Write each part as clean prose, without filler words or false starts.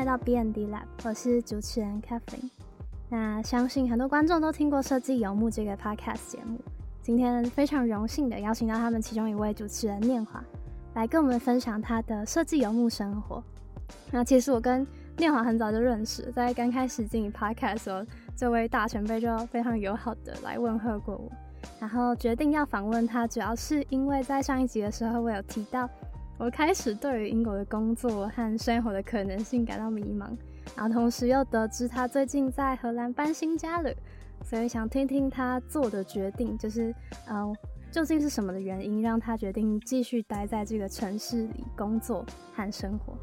来到 B&D Lab， 我是主持人 Kathleen。那相信很多观众都听过设计游牧这个 podcast 节目，今天非常荣幸的邀请到他们其中一位主持人念华来跟我们分享他的设计游牧生活。那其实我跟念华很早就认识，在刚开始经营 podcast 的时候，这位大前辈就非常友好的来问候过我，然后决定要访问他，主要是因为在上一集的时候我有提到我开始对于英国的工作和生活的可能性感到迷茫，然后同时又得知他最近在荷兰搬新家了，所以想听听他做的决定，就是究竟是什么的原因让他决定继续待在这个城市里工作和生活。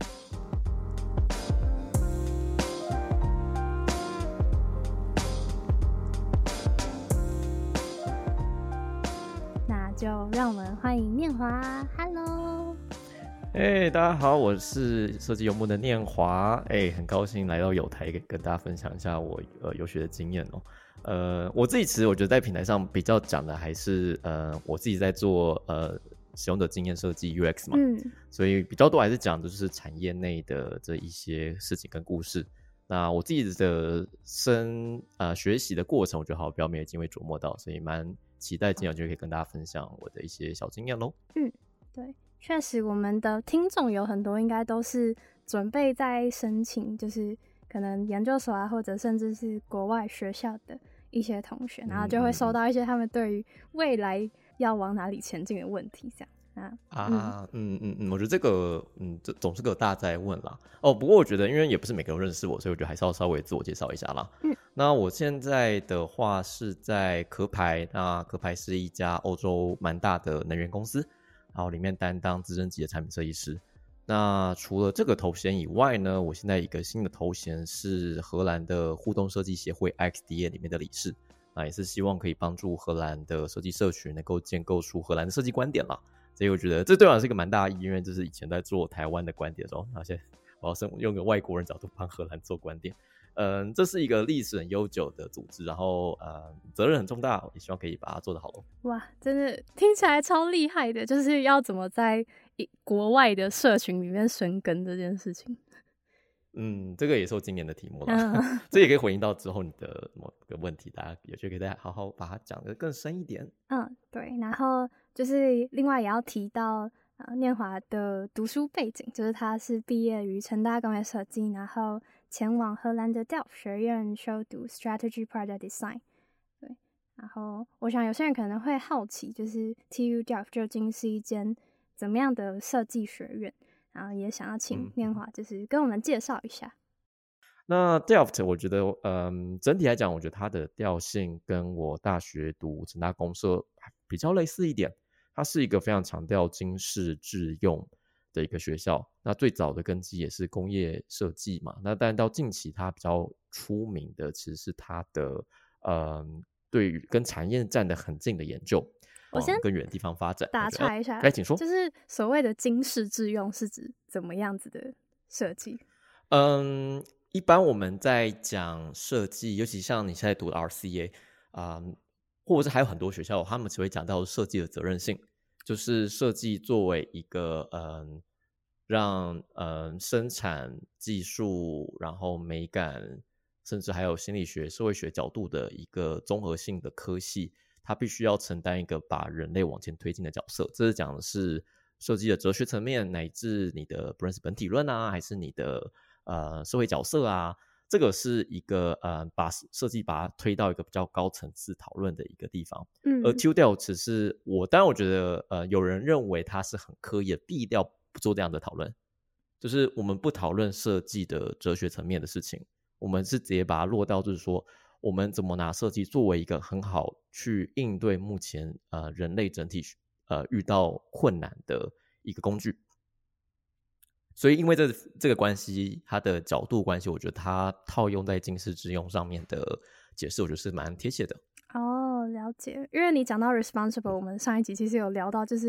那就让我们欢迎念华。 Hello， 大家好，我是设计游牧的念华。很高兴来到友台跟大家分享一下我游学的经验哦。我自己其实我觉得在平台上比较讲的还是我自己在做使用者经验设计 UX 嘛，所以比较多还是讲的就是产业内的这一些事情跟故事。那我自己的学习的过程，我觉得好像比较没有机会琢磨到，所以蛮期待今天就可以跟大家分享我的一些小经验咯。 对，确实我们的听众有很多应该都是准备在申请，就是可能研究所啊，或者甚至是国外学校的一些同学，然后就会收到一些他们对于未来要往哪里前进的问题，这样。我觉得这个这总是个大哉问啦。不过我觉得因为也不是每个人认识我，所以我觉得还是要稍微自我介绍一下啦。那我现在的话是在壳牌，那壳牌是一家欧洲蛮大的能源公司，然后里面担当资深级的产品设计师。那除了这个头衔以外呢，我现在一个新的头衔是荷兰的互动设计协会 IXDA 里面的理事，那也是希望可以帮助荷兰的设计社群能够建构出荷兰的设计观点啦。所以我觉得这对我来说是一个蛮大的意义，因为就是以前在做台湾的观点的时候，那现在我要用个外国人角度帮荷兰做观点。这是一个历史很悠久的组织，然后责任很重大，也希望可以把它做得好咯。 哇，真的听起来超厉害的，就是要怎么在国外的社群里面生根这件事情。 这个也是我今年的题目啦。这也可以回应到之后你的某个问题，大家有觉得可以再好好把它讲得更深一点。 对，然后就是另外也要提到念华的读书背景，就是他是毕业于成大工业设计，然后前往荷兰的 Delft 学院修读 Strategy Project Design。 对，然后我想有些人可能会好奇，就是 TU Delft 究竟是一间怎么样的设计学院，然后也想要请念华就是跟我们介绍一下。 那 Delft 我觉得整体来讲，我觉得它的调性跟我大学读成大公社比较类似一点。它是一个非常强调经世致用的一个学校，那最早的根基也是工业设计嘛，那但到近期它比较出名的其实是它的对于跟产业站得很近的研究， 我先更远的地方发展。 打岔一下， 请说。 就是所谓的经世致用是指怎么样子的设计？ 一般我们在讲设计，尤其像你现在读的 RCA 或者是还有很多学校，他们只会讲到设计的责任性，就是设计作为一个让生产技术，然后美感，甚至还有心理学、社会学角度的一个综合性的科系，它必须要承担一个把人类往前推进的角色。这是讲的是设计的哲学层面，乃至你的不论是本体论啊，还是你的社会角色啊，这个是一个把设计把它推到一个比较高层次讨论的一个地方。而 TU Delft 只是当然我觉得有人认为它是很刻意的避掉不做这样的讨论，就是我们不讨论设计的哲学层面的事情，我们是直接把它落到就是说我们怎么拿设计作为一个很好去应对目前人类整体遇到困难的一个工具。所以因为这个关系，它的角度关系，我觉得它套用在经世致用上面的解释，我觉得是蛮贴切的。 了解。因为你讲到 responsible， 我们上一集其实有聊到，就是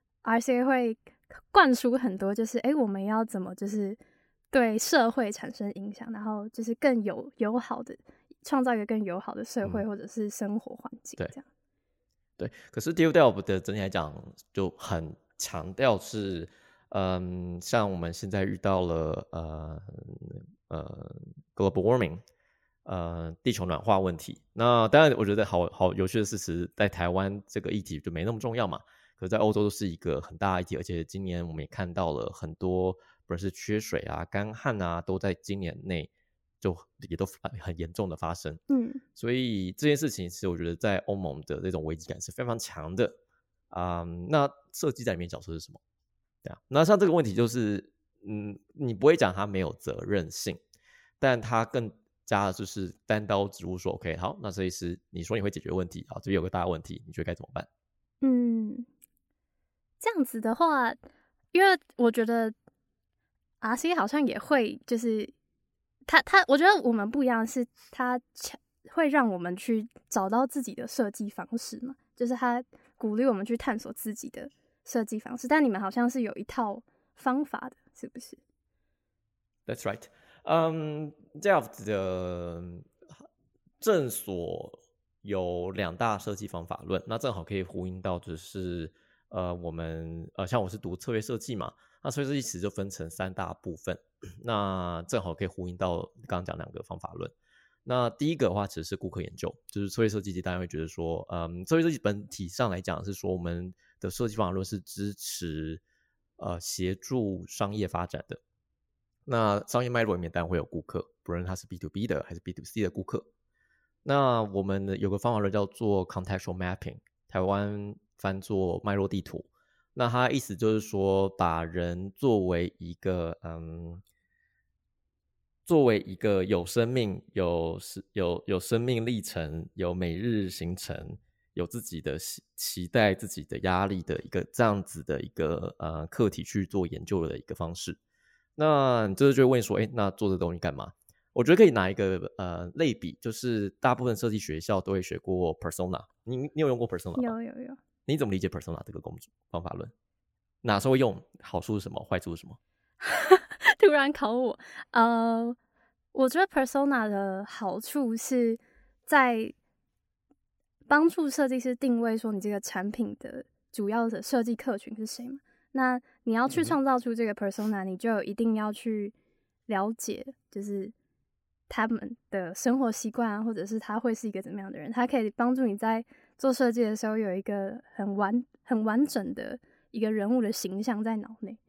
RCA 会灌输很多，就是我们要怎么就是对社会产生影响，然后就是更友好的创造一个更友好的社会或者是生活环境这样。 对，可是 TU Delft 的整体来讲就很强调是像我们现在遇到了global warming，地球暖化问题。那当然，我觉得好有趣的事实，在台湾这个议题就没那么重要嘛。可是在欧洲是一个很大的议题，而且今年我们也看到了很多，不论是缺水啊、干旱啊，都在今年内就也都很严重的发生。所以这件事情其实我觉得在欧盟的这种危机感是非常强的。那设计在里面角色是什么？对啊，那像这个问题就是，你不会讲他没有责任性，但他更加的就是单刀直入说 ，OK， 好，那设计师，你说你会解决问题，好，这边有个大问题，你觉得该怎么办？ 这样子的话，因为我觉得 RC 好像也会，就是我觉得我们不一样的是，他会让我们去找到自己的设计方式嘛，就是他鼓励我们去探索自己的设计方式，但你们好像是有一套方法的，是不是？ That's right. Delft 的正所有2大设计方法论，那正好可以呼应到就是我们像我是读策略设计嘛，那策略设计其实就分成3大部分，那正好可以呼应到刚刚讲2个方法论。那第一个的话其实是顾客研究，就是策略设计大家会觉得说，策略设计本体上来讲是说我们的设计方法论是支持协助商业发展的。那商业脉络里面当然会有顾客，不论他是 B2B 的还是 B2C 的顾客。那我们有个方法论叫做 contextual mapping， 台湾翻作脉络地图。那它意思就是说，把人作为一个有生命、有生命历程、有每日行程、有自己的期待、自己的压力的一个这样子的一个课题去做研究的一个方式。那你就会问说，那做这东西干嘛？我觉得可以拿一个类比，就是大部分设计学校都会学过 persona。你有用过 persona 吗？ 有。 你怎么理解 persona 这个方法论？哪时候用？好处是什么？坏处是什么？ 突然考我，我觉得 persona 的好处是在帮助设计师定位说你这个产品的主要的设计客群是谁嘛。那你要去创造出这个 persona，你就一定要去了解，就是他们的生活习惯啊，或者是他会是一个怎么样的人，他可以帮助你在做设计的时候有一个很完整的一个人物的形象在脑内。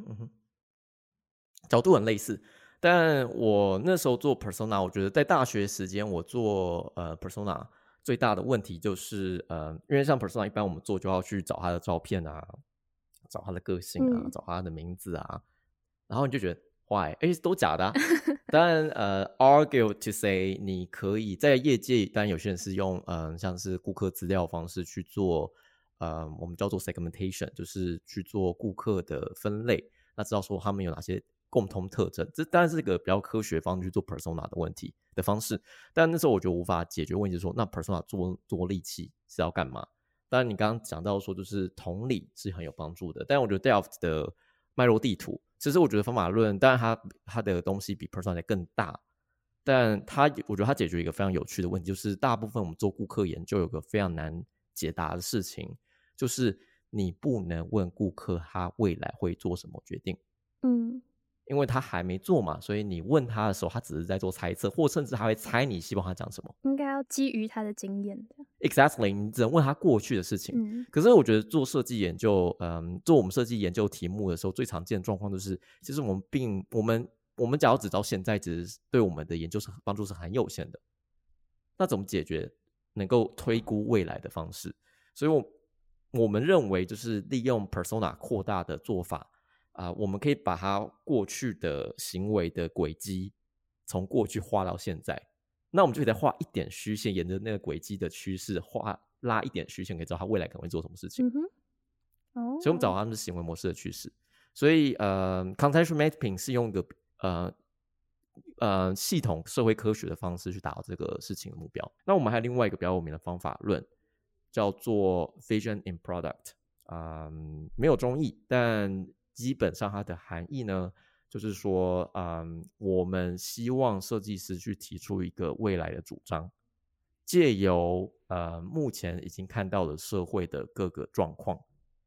角度很类似，但我那时候做 persona， 我觉得在大学时间我做persona 最大的问题就是因为像 persona 一般我们做就要去找他的照片啊，找他的个性啊，找他的名字啊，然后你就觉得 why？ 都假的啊。当然argue to say 你可以在业界，当然有些人是用像是顾客资料方式去做我们叫做 segmentation， 就是去做顾客的分类，那知道说他们有哪些共同特征，这当然是一个比较科学方式去做 persona 的问题的方式。但那时候我就无法解决问题，就是说那 persona 做利器是要干嘛？当然你刚刚讲到说就是同理是很有帮助的，但我觉得 Delft 的脉络地图，其实我觉得方法论当然它的东西比 persona 更大，但我觉得它解决一个非常有趣的问题，就是大部分我们做顾客研究有个非常难解答的事情，就是你不能问顾客他未来会做什么决定。因为他还没做嘛，所以你问他的时候，他只是在做猜测，或甚至他会猜你希望他讲什么。 应该要基于他的经验的。 Exactly， 你只能问他过去的事情。可是我觉得做设计研究，做我们设计研究题目的时候，最常见的状况就是，其实我们假如只到现在，只是对我们的研究帮助是很有限的。那怎么解决能够推估未来的方式？所以我们认为就是利用 persona 扩大的做法。我们可以把它过去的行为的轨迹从过去画到现在，那我们就可以再画一点虚线，沿着那个轨迹的趋势拉一点虚线，可以知道它未来可能会做什么事情。所以我们找他们的行为模式的趋势。所以contextual mapping 是用一个系统社会科学的方式去达到这个事情的目标。那我们还有另外一个比较有名的方法论，叫做 Vision in Product，没有中译，但基本上它的含义呢，就是说，我们希望设计师去提出一个未来的主张，借由目前已经看到的社会的各个状况，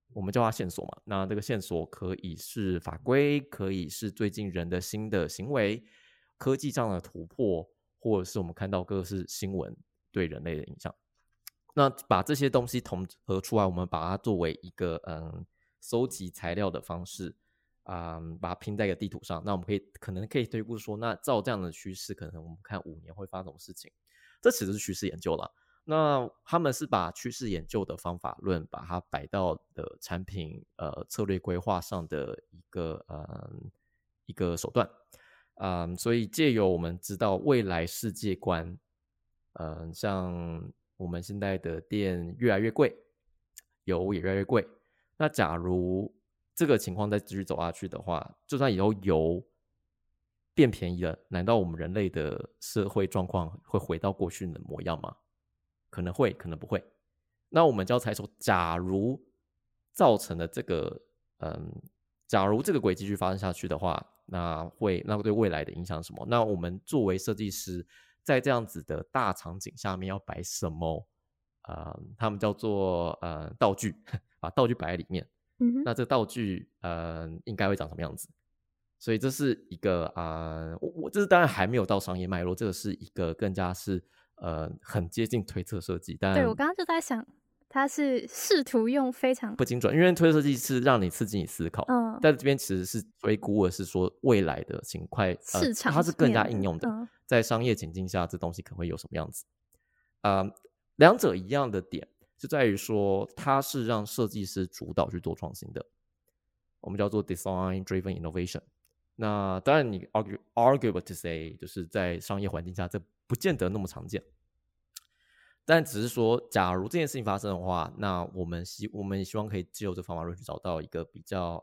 我们叫它线索嘛。那这个线索可以是法规，可以是最近人的新的行为、科技上的突破，或者是我们看到各式新闻对人类的影响。那把这些东西统合出来，我们把它作为一个收集材料的方式把它拼在一个地图上。那我们可能可以推估说，那照这样的趋势，可能我们看5年会发生什么事情。这其实是趋势研究啦。那他们是把趋势研究的方法论，把它摆到的产品策略规划上的一个手段。所以借由我们知道未来世界观，像我们现在的电越来越贵，油也越来越贵。那假如这个情况再继续走下去的话，就算以后油变便宜了，难道我们人类的社会状况会回到过去的模样吗？可能会，可能不会。那我们就要猜出，假如造成了这个，假如这个轨迹继续发生下去的话，那对未来的影响是什么？那我们作为设计师，在这样子的大场景下面要摆什么？他们叫做道具，把道具摆在里面。那这个道具应该会长什么样子？所以这是一个我这是当然还没有到商业脉络，这个是一个更加是很接近推测设计。但对，我刚刚就在想，他是试图用非常不精准，因为推测设计是让你刺激你思考，但这边其实是推估的是说未来的情况， 市场它是更加应用的，在商业情境下这东西可能会有什么样子。两者一样的点就在于说，它是让设计师主导去做创新的，我们叫做 design driven innovation。那当然你 arguable to say 就是在商业环境下这不见得那么常见，但只是说假如这件事情发生的话，那我们也希望可以借由这方法论去找到一个比较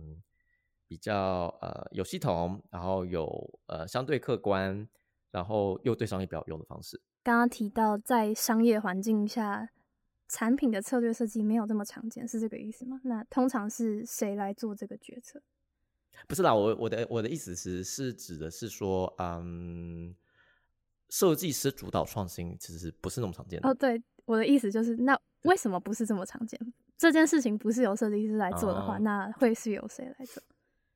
有系统，然后有相对客观，然后又对商业比较有用的方式。 刚刚提到在商业环境下产品的策略设计没有这么常见，是这个意思吗？那通常是谁来做这个决策？ 不是啦，我的意思是指的是说，设计师主导创新其实不是那么常见的。 对，我的意思就是，那为什么不是这么常见？这件事情不是由设计师来做的话，那会是由谁来做？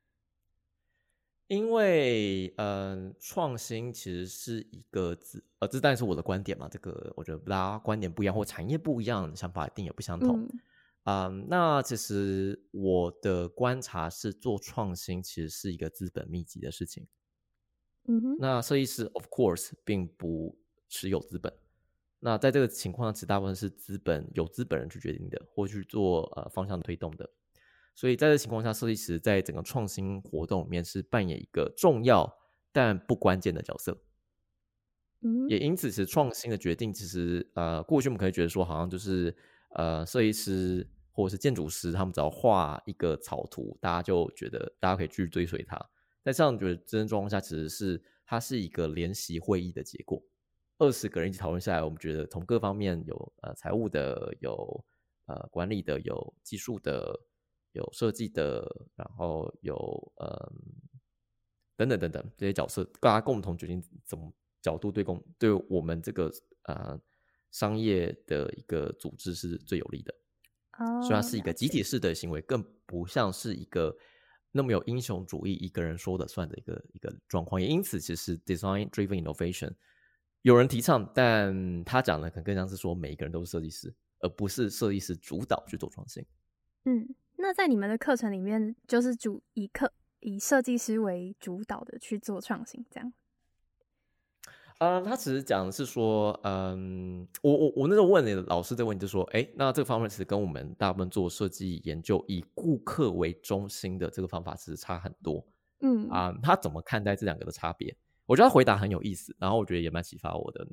因为创新其实是一个这当然是我的观点嘛，这个我觉得大家观点不一样或产业不一样，想法一定也不相同。那其实我的观察是，做创新其实是一个资本密集的事情。那设计师 of course 并不持有资本，那在这个情况其实大部分是有资本人去决定的，或去做方向推动的。所以在这情况下，设计师在整个创新活动里面是扮演一个重要但不关键的角色。也因此是创新的决定，其实过去我们可能觉得说，好像就是设计师或者是建筑师，他们只要画一个草图，大家就觉得大家可以去追随它。在这样觉得真正状况下，其实是它是一个联席会议的结果。20个人一起讨论下来，我们觉得从各方面有财务的，有管理的，有技术的，有设计的，然后有等等等等这些角色，大家共同决定怎么角度对我们这个商业的一个组织是最有利的。所以它是一个集体式的行为，更不像是一个那么有英雄主义一个人说了算的一个状况。也因此其实 design driven innovation 有人提倡，但他讲的可能更像是说每一个人都是设计师，而不是设计师主导去做创新。 那在你们的课程里面，就是以设计师为主导的去做创新，这样？ 他其实讲的是说，我那时候问的老师这个问题，就说，那这个方法其实跟我们大部分做设计研究以顾客为中心的这个方法其实差很多。他怎么看待这两个的差别？我觉得他回答很有意思，然后我觉得也蛮启发我的。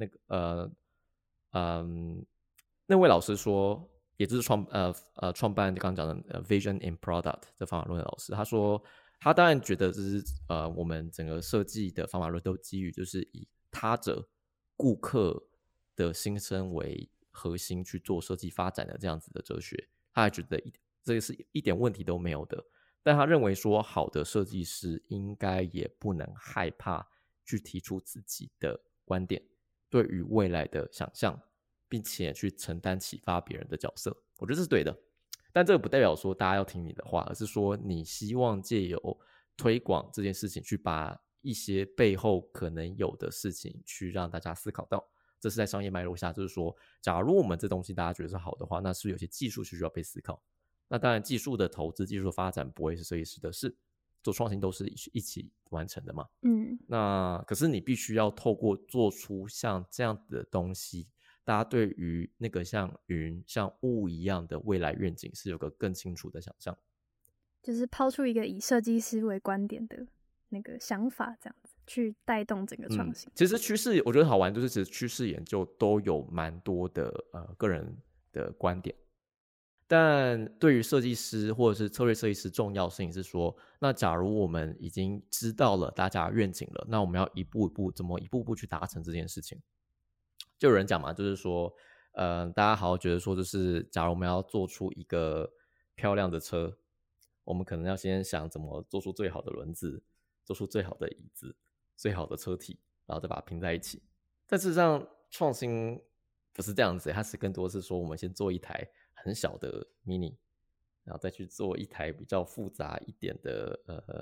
那位老师说，也就是创办刚刚讲的Vision in Product 这方法论的老师，他说他当然觉得这是我们整个设计的方法论都基于就是以他者顾客的心声为核心去做设计发展的这样子的哲学，他还觉得这个是一点问题都没有的。但他认为说，好的设计师应该也不能害怕去提出自己的观点，对于未来的想象，并且去承担启发别人的角色。我觉得这是对的。 但这个不代表说大家要听你的话，而是说你希望借由推广这件事情，去把一些背后可能有的事情去让大家思考到。这是在商业脉络下，就是说，假如我们这东西大家觉得是好的话，那是有些技术是需要被思考。那当然，技术的投资、技术的发展不会是设计师的事，做创新都是一起完成的嘛。那可是你必须要透过做出像这样的东西，大家对于那个像云、像雾一样的未来愿景是有个更清楚的想象， 就是抛出一个以设计师为观点的那个想法，这样子去带动整个创新。 其实趋势我觉得好玩，就是其实趋势研究都有蛮多的个人的观点。但对于设计师或者是策略设计师重要性是说，那假如我们已经知道了大家的愿景了，那我们要怎么一步步去达成这件事情。就有人讲嘛，就是说大家好好觉得说，就是假如我们要做出一个漂亮的车，我们可能要先想怎么做出最好的轮子，做出最好的椅子，最好的车体，然后再把它拼在一起。但事实上创新不是这样子，它是更多是说我们先做一台很小的 mini， 然后再去做一台比较复杂一点的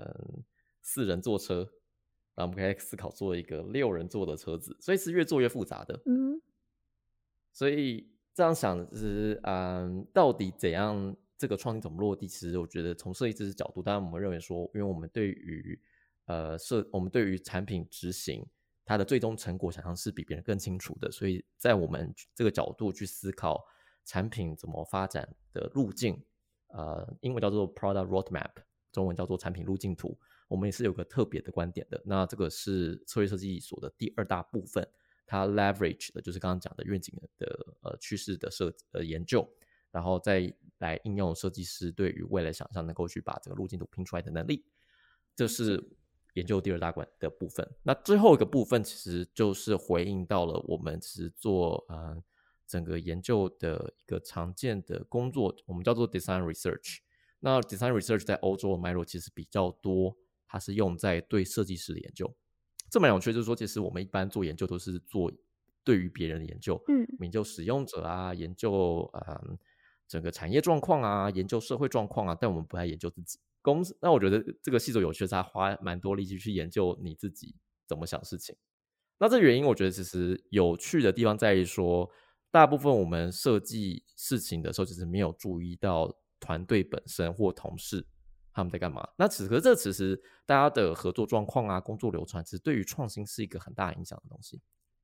4人座车，然后我们可以思考做一个6人座的车子，所以是越做越复杂的。所以这样想就是到底怎样这个创新怎么落地，其实我觉得从设计师的角度，当然我们认为说，因为我们对于我们对于产品执行它的最终成果想象是比别人更清楚的，所以在我们这个角度去思考产品怎么发展的路径，英文叫做 product roadmap， 中文叫做产品路径图，我们也是有个特别的观点的。那这个是策略设计所的第2大部分，它 leverage 的就是刚刚讲的愿景的趋势的研究，然后再来应用设计师对于未来想象能够去把这个路径图拼出来的能力，这是研究第2大关的部分。那最后一个部分其实就是回应到了我们其实做整个研究的一个常见的工作，我们叫做 design research。那 design research 在欧洲的脉络其实比较多，它是用在对设计师的研究。这蛮有趣的，就是说其实我们一般做研究都是做对于别人的研究，研究使用者啊，研究整个产业状况啊，研究社会状况啊，但我们不太研究自己。那我觉得这个系所有趣的是，他花蛮多力气去研究你自己怎么想事情。那这原因我觉得其实有趣的地方在于说，大部分我们设计事情的时候，其实没有注意到团队本身或同事他们在干嘛。那可是这其实大家的合作状况啊，工作流程，其实对于创新是一个很大影响的东西。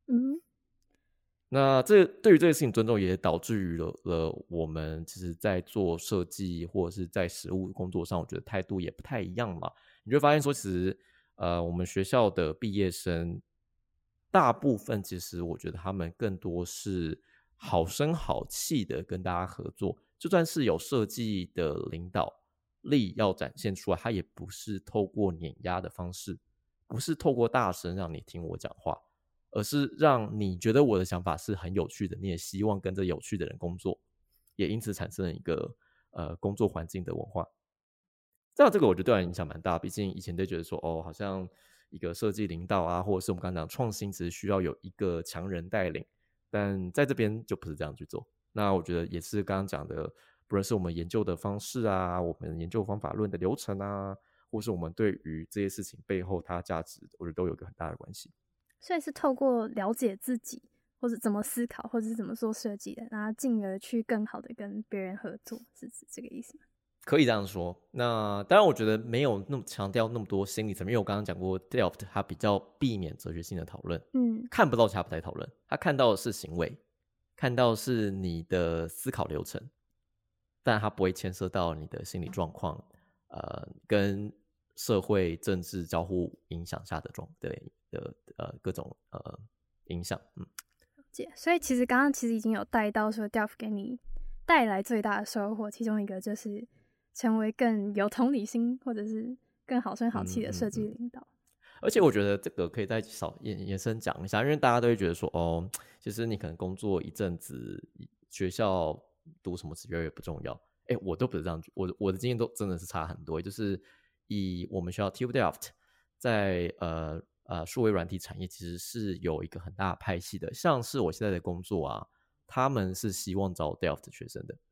那对于这个事情尊重，也导致于了我们其实在做设计或者是在实务工作上，我觉得态度也不太一样嘛。你就发现说，其实我们学校的毕业生大部分，其实我觉得他们更多是好声好气的跟大家合作，就算是有设计的领导力要展现出来，他也不是透过碾压的方式，不是透过大声让你听我讲话，而是让你觉得我的想法是很有趣的，你也希望跟着有趣的人工作，也因此产生了一个工作环境的文化。这个我觉得对我影响蛮大，毕竟以前都觉得说好像一个设计领导啊，或者是我们刚刚讲创新只是需要有一个强人带领，但在这边就不是这样去做。那我觉得也是刚刚讲的，不论是我们研究的方式啊，我们研究方法论的流程啊，或是我们对于这些事情背后它价值，我觉得都有一个很大的关系。 所以是透过了解自己，或者怎么思考，或者是怎么做设计的，然后进而去更好的跟别人合作，是这个意思吗？ 可以这样说。那当然我觉得没有那么强调那么多心理层面，因为我刚刚讲过 Delft 它比较避免哲学性的讨论，看不到他不太讨论，他看到的是行为，看到的是你的思考流程，但他不会牵涉到你的心理状况跟社会政治交互影响下的各种影响。 所以其实刚刚已经有带到说 Delft 给你带来最大的收获，其中一个就是成为更有同理心或者是更好声好气的设计领导。 而且我觉得这个可以再少延伸讲一下，因为大家都会觉得说其实你可能工作一阵子，学校读什么职业也不重要。我都不是这样，我的经验都真的是差很多。就是以我们学校 TU Delft 在数位软体产业其实是有一个很大的派系的，像是我现在的工作啊，他们是希望找 Delft 学生的，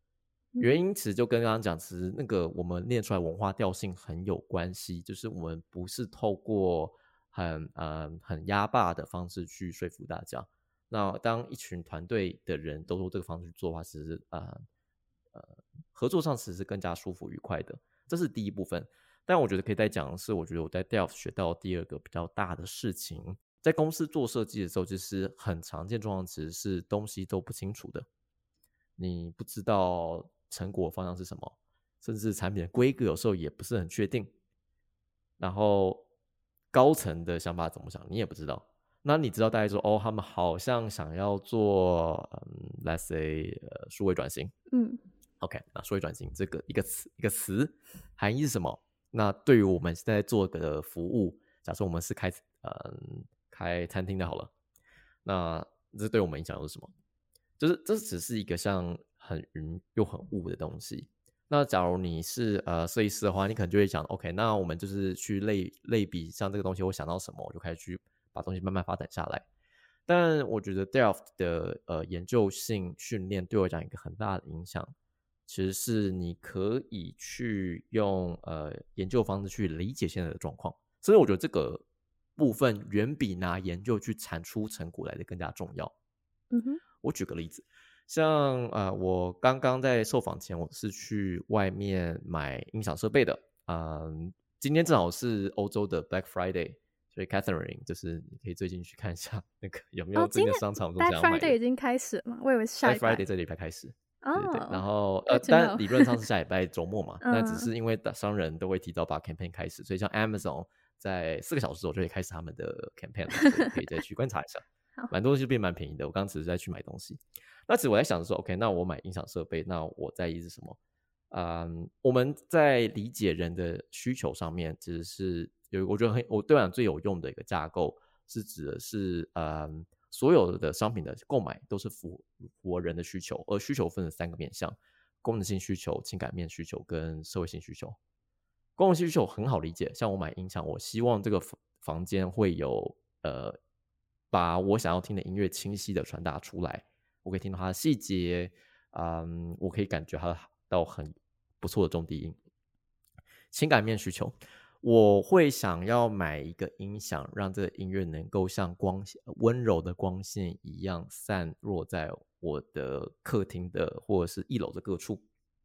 原因其实就跟刚刚讲，其实那个我们练出来文化调性很有关系，就是我们不是透过很压霸的方式去说服大家。那当一群团队的人都用这个方式去做的话，其实合作上其实是更加舒服愉快的，这是第一部分。但我觉得可以再讲的是，我觉得我在 Delft 学到第二个比较大的事情，在公司做设计的时候，其实很常见状况其实是东西都不清楚的，你不知道成果方向是什么，甚至产品的规格有时候也不是很确定，然后高层的想法怎么想你也不知道。那你知道大概说他们好像想要做let's say 数位转型，OK， 那数位转型这个一个词含义是什么？那对于我们现在做的服务，假设我们是开餐厅的好了，那这对我们影响又是什么？就是这只是一个像很云又很雾的东西。那假如你是设计师的话，你可能就会想 OK， 那我们就是去类比像这个东西我想到什么，我就开始去把东西慢慢发展下来。但我觉得 Delft 的研究性训练对我讲一个很大的影响，其实是你可以去用研究方式去理解现在的状况。所以我觉得这个部分远比拿研究去产出成果来的更加重要。我举个例子，像我刚刚在受访前，我是去外面买音响设备的。今天正好是欧洲的 Black Friday， 所以 Catherine 就是你可以最近去看一下那个有没有最近的商场说想要买的。 Black Friday 已经开始了吗？我以为是下礼拜。 Black Friday 这礼拜开始。 对对，然后但但理论上是下礼拜周末嘛，但只是因为商人都会提早把 campaign 开始，所以像 Amazon 在4个小时之后就会开始他们的 campaign 了，所以可以再去观察一下。蛮多东西变蛮便宜的，我刚刚只是在去买东西。那其实我在想说 OK， 那我买音响设备，那我在意是什么？我们在理解人的需求上面，其实是我觉得我对我讲最有用的一个架构，是指的是所有的商品的购买都是符合人的需求，而需求分成3个面向：功能性需求、情感面需求跟社会性需求。功能性需求很好理解，像我买音响，我希望这个房间会有把我想要听的音乐清晰的传达出来，我可以听到它的细节，我可以感觉它到很不错的中低音。情感面需求，我会想要买一个音响，让这个音乐能够像温柔的光线一样散落在我的客厅的或者是1楼的各处。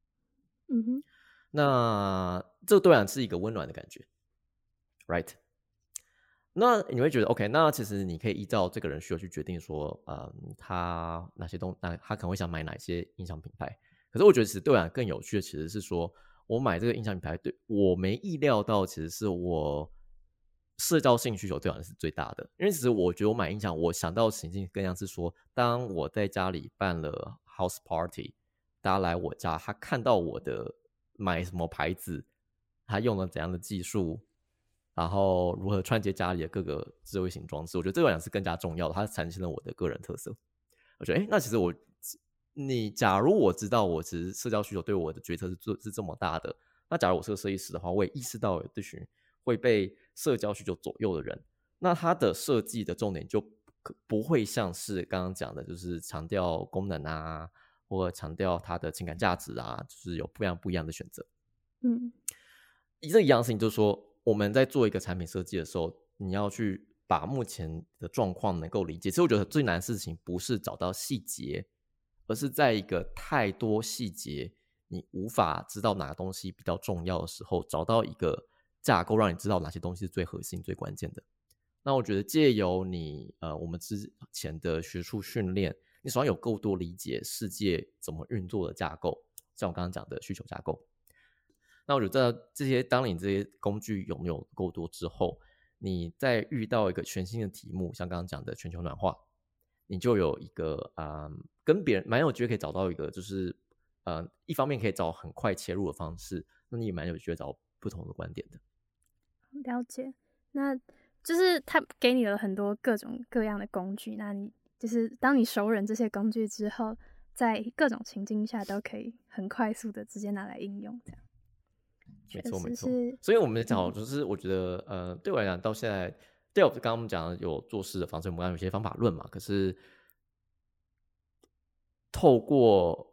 那这当然是一个温暖的感觉 ，right？ 那你会觉得 OK， 那其实你可以依照这个人需求去决定说，他可能会想买哪些音响品牌。可是我觉得其实对我来讲更有趣的其实是说，我买这个音响品牌，对我没意料到，其实是我社交性需求对我来讲是最大的。因为其实我觉得我买音响，我想到的情境更像是说，当我在家里办了 house party， 大家来我家，他看到我的买什么牌子，他用了怎样的技术，然后如何串接家里的各个智慧型装置，我觉得这个是更加重要的，它产生了我的个人特色。我觉得那其实假如我知道我其实社交需求对我的决策是这么大的，那假如我是个设计师的话，我也意识到有这群会被社交需求左右的人，那他的设计的重点就不会像是刚刚讲的，就是强调功能啊，或者强调它的情感价值啊，就是有不一样的选择。这一样的事情就是说，我们在做一个产品设计的时候，你要去把目前的状况能够理解。其实我觉得最难的事情不是找到细节，而是在一个太多细节你无法知道哪个东西比较重要的时候，找到一个架构让你知道哪些东西是最核心最关键的。那我觉得借由我们之前的学术训练，你手上有够多理解世界怎么运作的架构，像我刚刚讲的需求架构。那我觉得当你这些工具拥有够多之后，你再遇到一个全新的题目，像刚刚讲的全球暖化，你就有一个跟别人蛮有机会可以找到一个就是一方面可以找很快切入的方式，那你也蛮有机会找不同的观点的。 了解，那就是他给你了很多各种各样的工具，那你就是当你熟稔这些工具之后，在各种情境下都可以很快速的直接拿来应用，这样。 没错没错，所以我们讲就是我觉得对我来讲到现在Delft刚刚我们讲的有做事的方式，我们刚刚有些方法论嘛，可是透过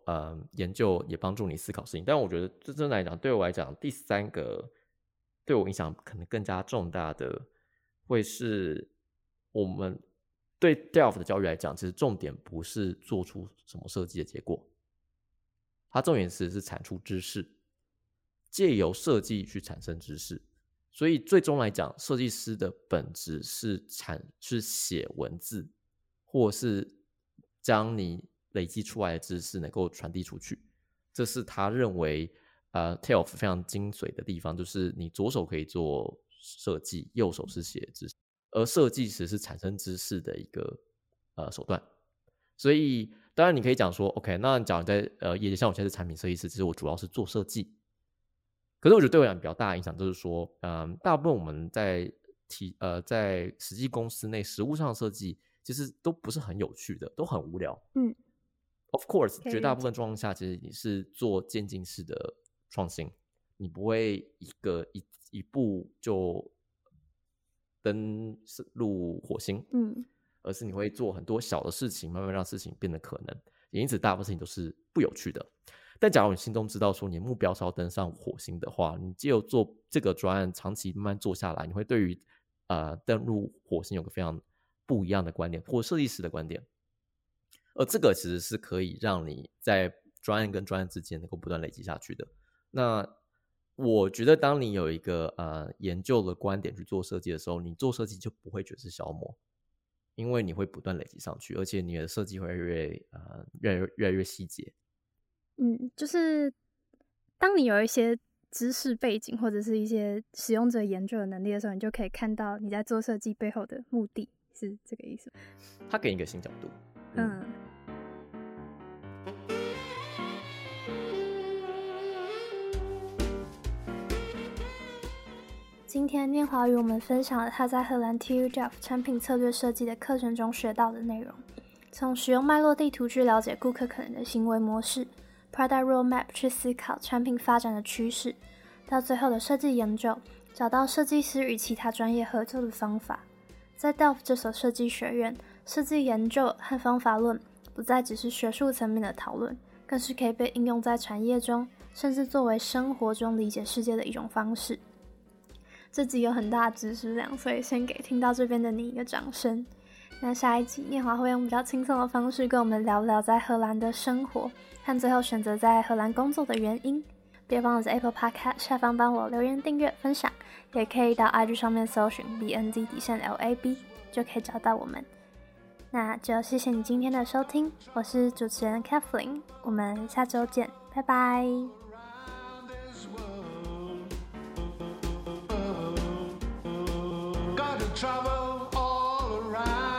研究，也帮助你思考事情。但我觉得这真的来讲，对我来讲，第三个对我影响可能更加重大的，会是我们对 Delft 的教育来讲，其实重点不是做出什么设计的结果，它重点是产出知识，借由设计去产生知识。所以最终来讲，设计师的本质是写文字，或是将你累积出来的知识能够传递出去。这是他认为Delft 非常精髓的地方，就是你左手可以做设计，右手是写知识，而设计其实是产生知识的一个手段。所以当然你可以讲说 OK， 那假如在业界，像我现在是产品设计师，其实我主要是做设计。可是我觉得对我来讲比较大的影响就是说，大部分我们在实际公司内实务上的设计，其实都不是很有趣的，都很无聊。Of course， 绝大部分状况下，其实你是做渐进式的创新，你不会一步就登陆火星，而是你会做很多小的事情，慢慢让事情变得可能。也因此，大部分事情都是不有趣的。但假如你心中知道说你的目标是要登上火星的话，你只有做这个专案，长期慢慢做下来，你会对于登陆火星有个非常不一样的观点，或者设计师的观点。而这个其实是可以让你在专案跟专案之间能够不断累积下去的。那我觉得当你有一个研究的观点去做设计的时候，你做设计就不会觉得是消磨，因为你会不断累积上去，而且你的设计会越来越细节。 就是当你有一些知识背景或者是一些使用者研究的能力的时候，你就可以看到你在做设计背后的目的，是这个意思吗？ 它给你一个新角度。 今天念华与我们分享了他在荷兰 TU Delft 产品策略设计的课程中学到的内容，从使用脉络地图去了解顾客可能的行为模式，Product Roadmap 去思考产品发展的趋势，到最后的设计研究，找到设计师与其他专业合作的方法。在 Delft 这所设计学院，设计研究和方法论不再只是学术层面的讨论，更是可以被应用在产业中，甚至作为生活中理解世界的一种方式。这集有很大的知识量，所以先给听到这边的你一个掌声。那下一集念华会用比较轻松的方式跟我们聊聊在荷兰的生活，和最后选择在荷兰工作的原因。别忘了在 Apple Podcast 下方帮我留言、订阅、分享，也可以到 IG 上面搜寻 BNZ_LAB 就可以找到我们。那就谢谢你今天的收听，我是主持人 Kathleen， 我们下周见，拜拜。 Travel all around